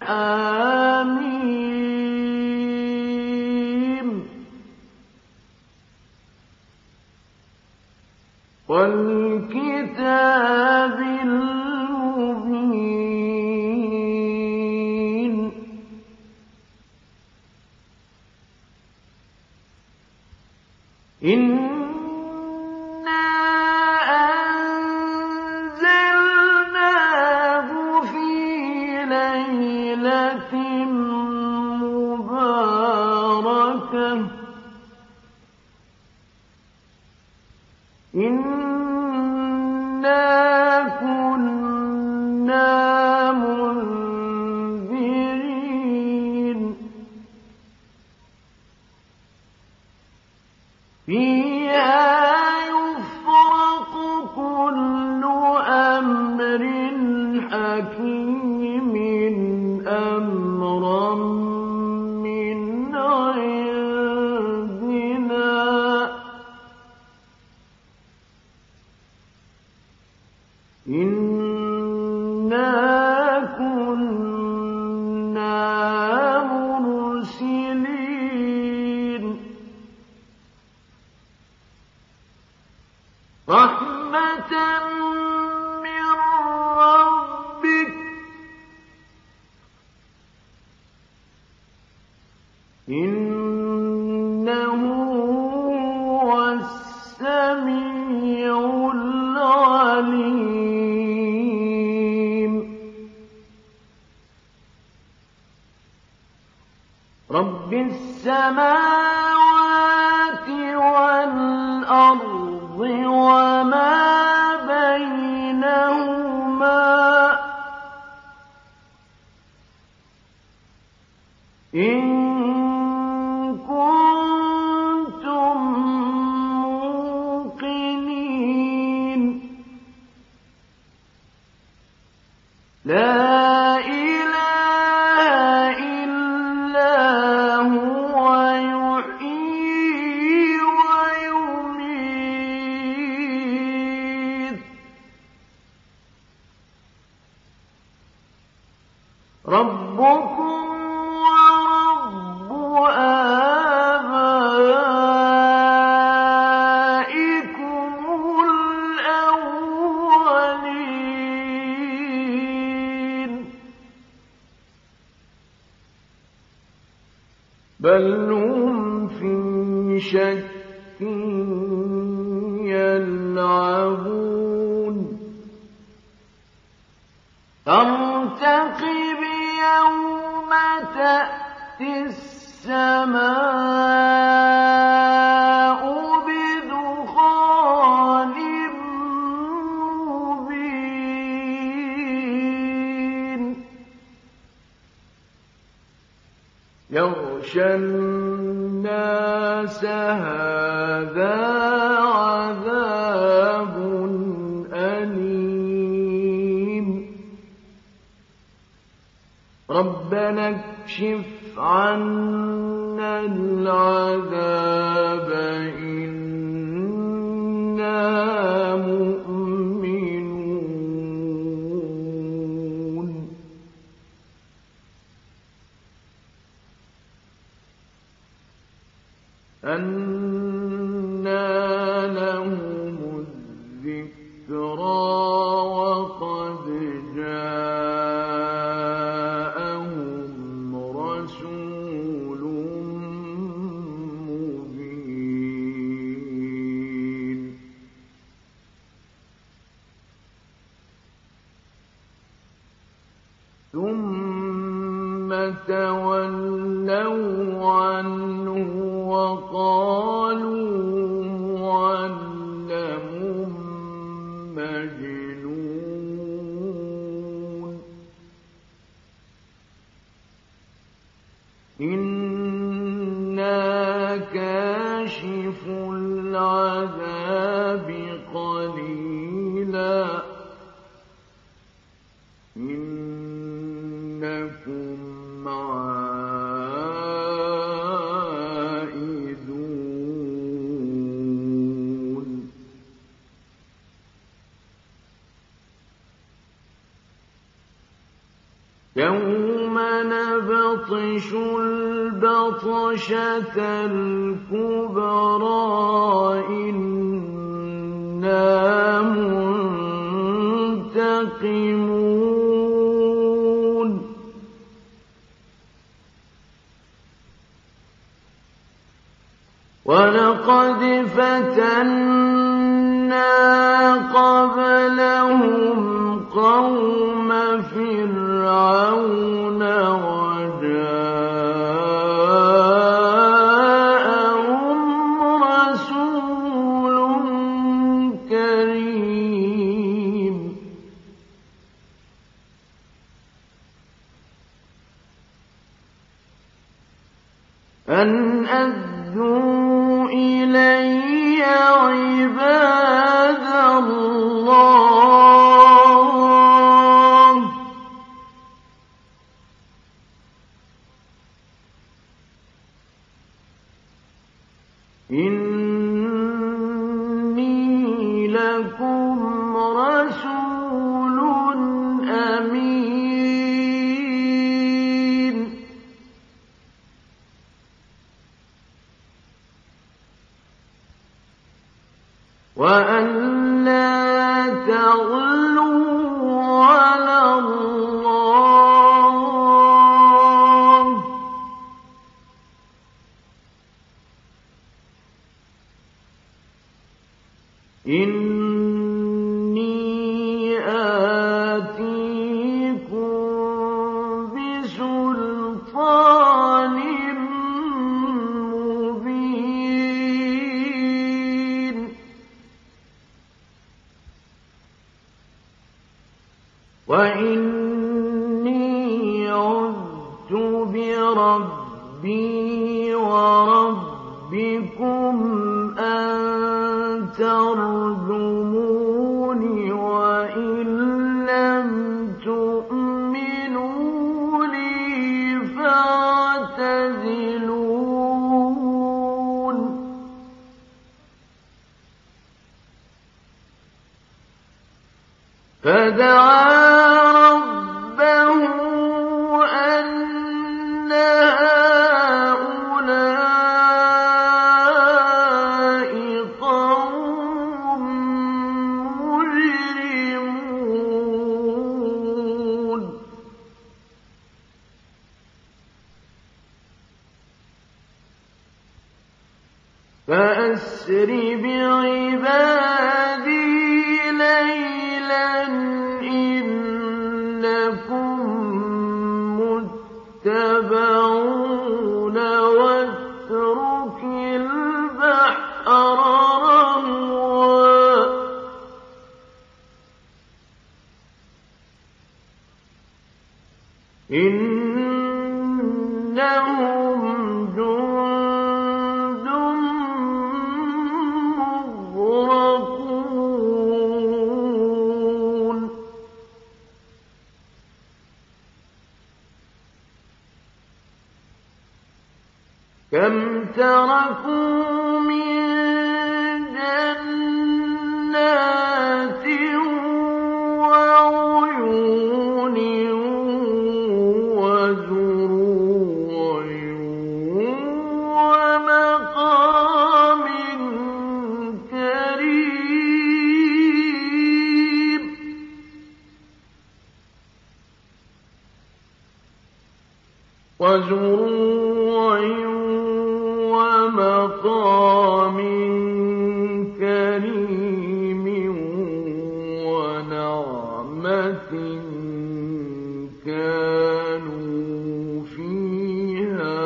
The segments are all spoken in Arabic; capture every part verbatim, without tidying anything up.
حميم والكتاب المبين إنا أنزلناه في ليلة مباركة إنا كنا منذرين فيها يفرق كل أمر حكيم أمرا من عندنا إنا كنا مرسلين رحمة من ربك إنه هو السميع العليم رب السماوات والأرض وما بينهما إن كنتم موقنين لا إله إلا هو يحيي ويميت ربكم ورب آبائكم الأولين بل هم في شك يلعبون فارتقب يوم تأتي السماء بدخان مبين يغشى الناس هذا عذاب أليم ربنا اكشف عنا العذاب إنا مؤمنون أنى لهم الذكرى وقد جاءهم رسول مبين ثم تولوا عنه وقالوا معلم مجنون إنا كاشف العذاب قليلا إنكم عائدون يوم نبطش البطشة الكبرى إنا منتقمون ولقد فتنا قبلهم قوم فرعون وجاءهم رسول كريم أن أدوا إلي عباد الله إني لكم رسول أمين وأن لا تغلوا على الله إني آتيكم بسلطان مبين وإني عذت بربي وربكم أن ترجمون وإن لم تؤمنوا لي فاعتزلون فدعا ربه أن هؤلاء قوم مجرمون فأسر بعبادي ليلا إنكم متبعون واترك البحر رهوا إنهم جند مغرقون كم تركوا من جنات وعيون وزروع ومقام كريم وزروع ومقام كريم ونعمة كانوا فيها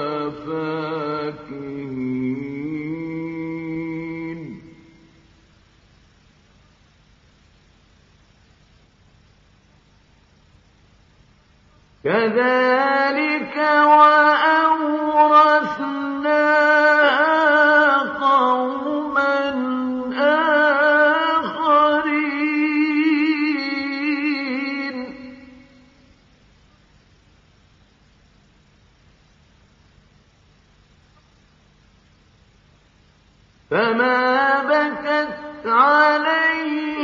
فاكهين كذلك وأورثناها قوما آخرين فما بكت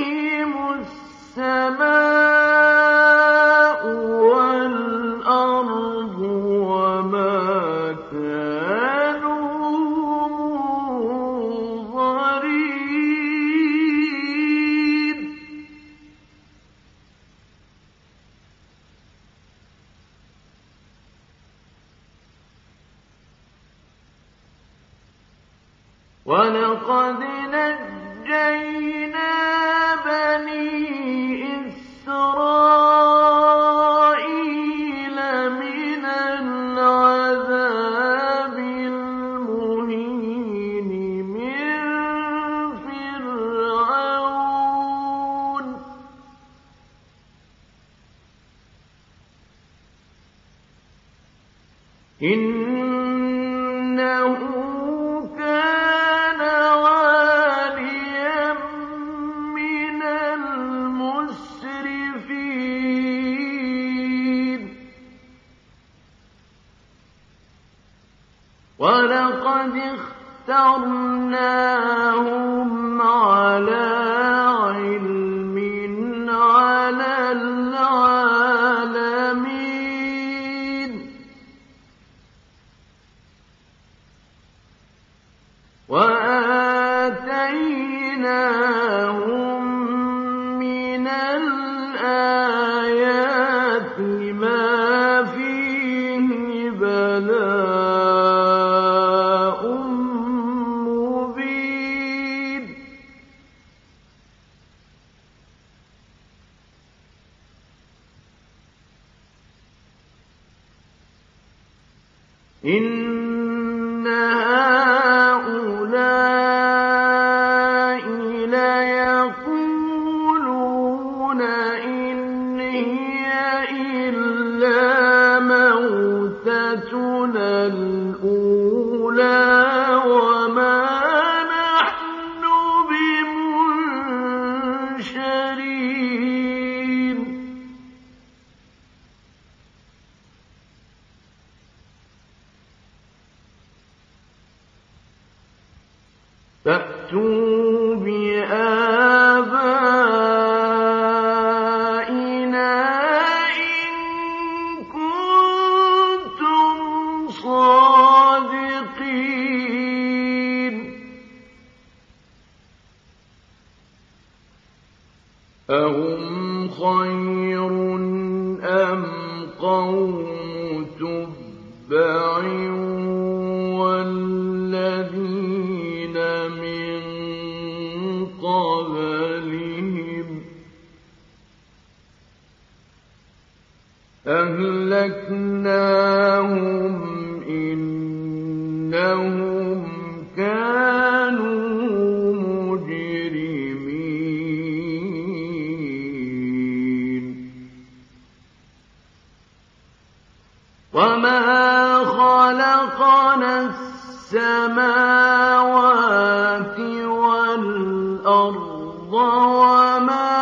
عليهم السماء والأرض وَلَقَدْ نَجَّيْنَا بَنِي إِسْرَائِيلَ مِنَ الْعَذَابِ الْمُهِينِ مِن فِرْعَوْنَ إِنَّهُ كَانَ عَالِيًا مِّنَ الْمُسْرِفِينَ وَلَقَدِ اخْتَرْنَاهُمْ عَلَىٰ عِلْمٍ عَلَى الْعَالَمِينَ وَآتَيْنَاهُم مِّنَ الْآيَاتِ مَا فِيهِ بَلَاءٌ مُّبِينٌ إِنَّ هَٰؤُلَاءِ لَيَقُولُونَ إِنْ هِيَ إِلَّا مَوْتَتُنَا الْأُولَىٰ وَمَا نَحْنُ بِمُنشَرِينَ فَأْتُوا بِآبَائِنَا إِن كُنتُمْ صَادِقِينَ أَهُمْ خَيْرٌ أَمْ قَوْمُ تُبَّعٍ وَالَّذِينَ مِن قَبْلِهِمْ أَهْلَكْنَاهُمْ إِنَّهُمْ كَانُوا مُجْرِمِينَ وَمَا خَلَقْنَا السَّمَاوَاتِ وَالْأَرْضَ وَمَا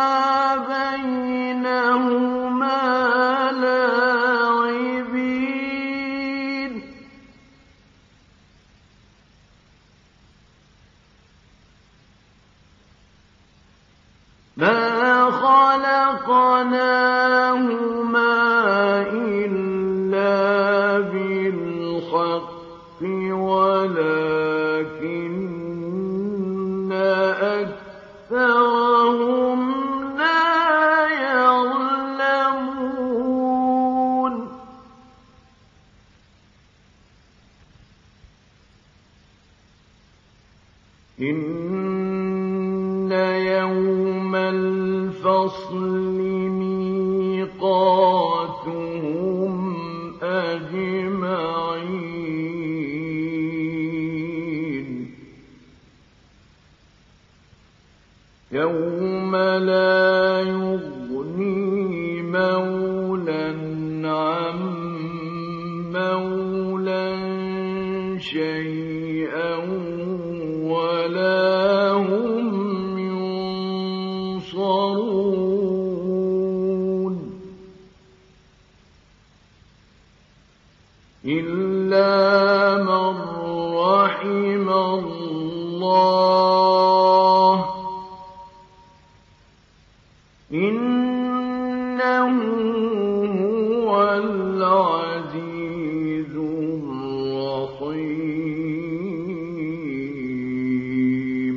بَيْنَهُمَا لَاعِبِينَ مَا خَلَقْنَاهُمَا إِلَّا بِالْحَقِّ وَلَٰكِنَّ أَكْثَرَهُمْ لَا يَعْلَمُونَ إِنَّ يَوْمَ الْفَصْلِ مِيقَاتُهُمْ أَجْمَعِينَ يَوْمَ لَا يُغْنِي مَوْلًى عَن مَّوْلًى شَيْئًا وَلَا هُمْ يُنصَرُونَ إِلَّا مَن رَّحِمَ اللَّهُ إِنَّهُ هُوَ الْعَزِيزُ الرَّحِيمُ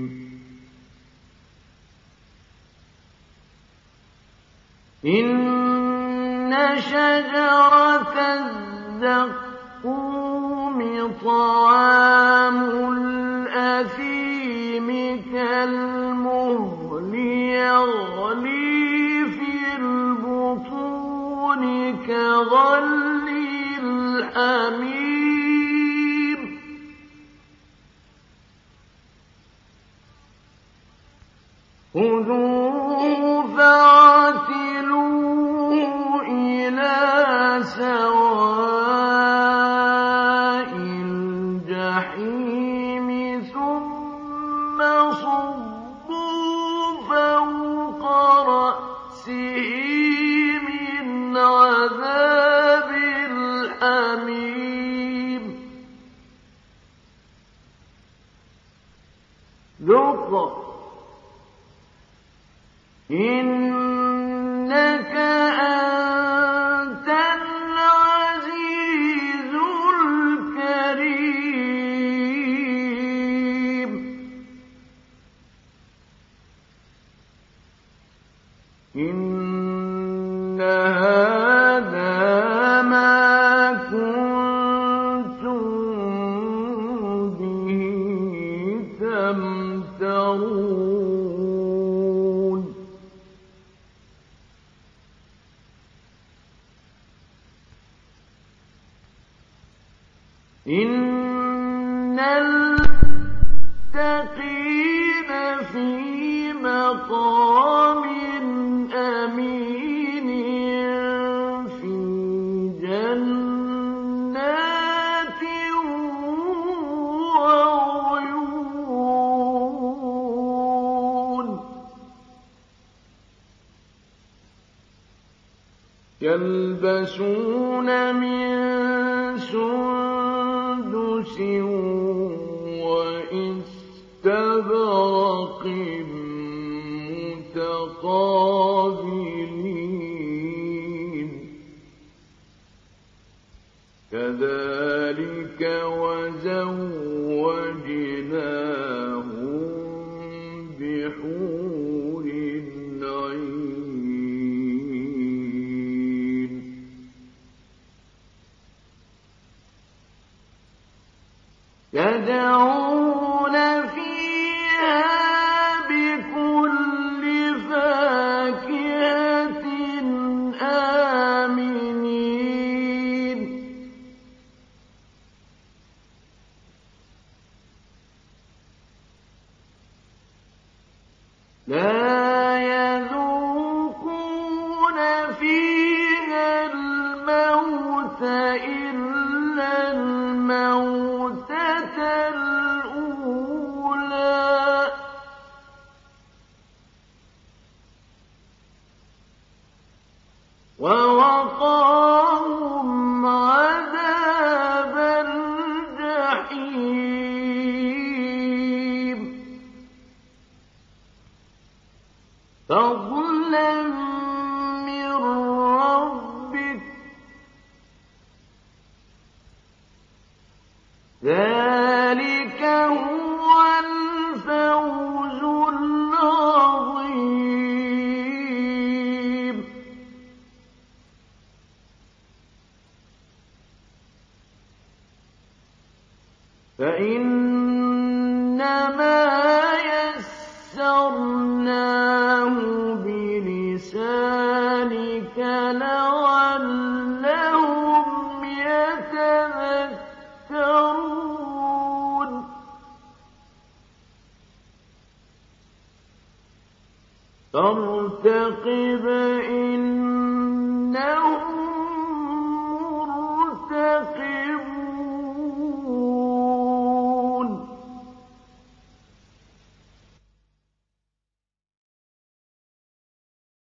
إِنَّ شَجَرَتَ الزَّقُّومِ طَعَامُ الْأَثِيمِ كالمهل يغلي في البطون كغلي الحميم خذوه فاعتلوه إلى سواء الجحيم ثم صبوا فوق رأسه من عذاب الحميم ذق إنك أنت العزيز الكريم إن هذا ما كنتم به تمترون إن المتقين في مقام أمين في جنات وعيون يلبسون من سندس وإستبرق متقابلين كذلك وزوجناهم بحور عين يدعون فيها بكل فاكهة آمنين لا يذوقون فيها الموت إلا الموتة الأولى ووقاهم عذاب الجحيم فضلا من ربك ذلك هو الفوز العظيم فإنما يسرناه بلسانك لعلهم يتذكرون فارتقب إنهم